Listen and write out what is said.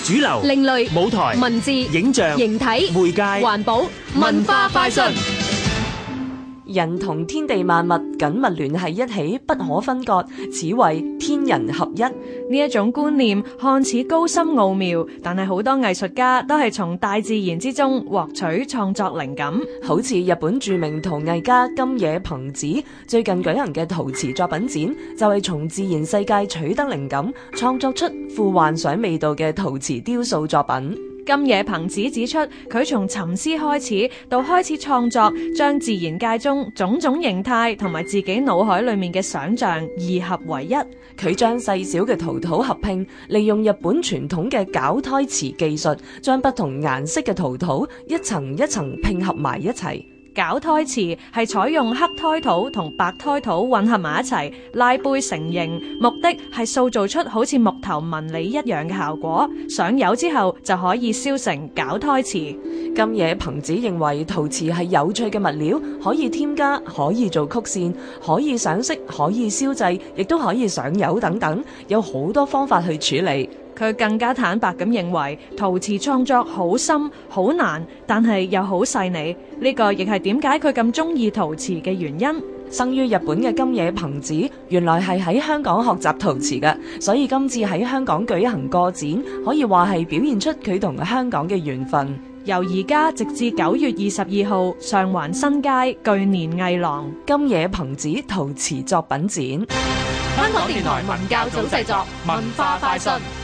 主流、 另類舞台、 文字、 影像、 形體、 媒介、 環保、文化快訊。 人同天地萬物緊密聯繫一起，不可分割，此為天人合一。 呢一種觀念看似高深奧妙，但係好多藝術家都係從大自然之中獲取創作靈感。 好似日本著名陶藝家今野朋子最近舉行嘅陶瓷作品展，就係從自然世界取得靈感，創作出富幻想味道嘅陶瓷雕塑作品。 今野朋子指出，佢從沉思開始到開始創作，將自然界中種種形態同埋自己腦海裏面嘅想象二合為一。 佢將細小嘅陶土合拼，利用日本傳統嘅絞胎瓷技術，將不同顏色嘅陶土一層一層拼合埋一齊。 絞胎瓷係採用黑胎土同白胎土混合埋一齊，拉坯成形，目的係塑造出好似木頭紋理一樣嘅效果。上釉之後就可以燒成絞胎瓷。 今野朋子認為陶瓷係有趣嘅物料，可以添加，可以做曲線，可以上色，可以燒製，亦都可以上釉等等，有好多方法去處理。 佢更加坦白咁認為，陶瓷創作好深好難，但係又好細膩。呢個亦係點解佢咁中意陶瓷嘅原因。 生於日本嘅今野朋子，原來係喺香港學習陶瓷嘅，所以今次喺香港舉行個展，可以話係表現出佢同香港嘅緣分。 由而家直至9月22號，上環新街巨年藝廊今野朋子陶瓷作品展。 香港電台文教組製作，文化快訊。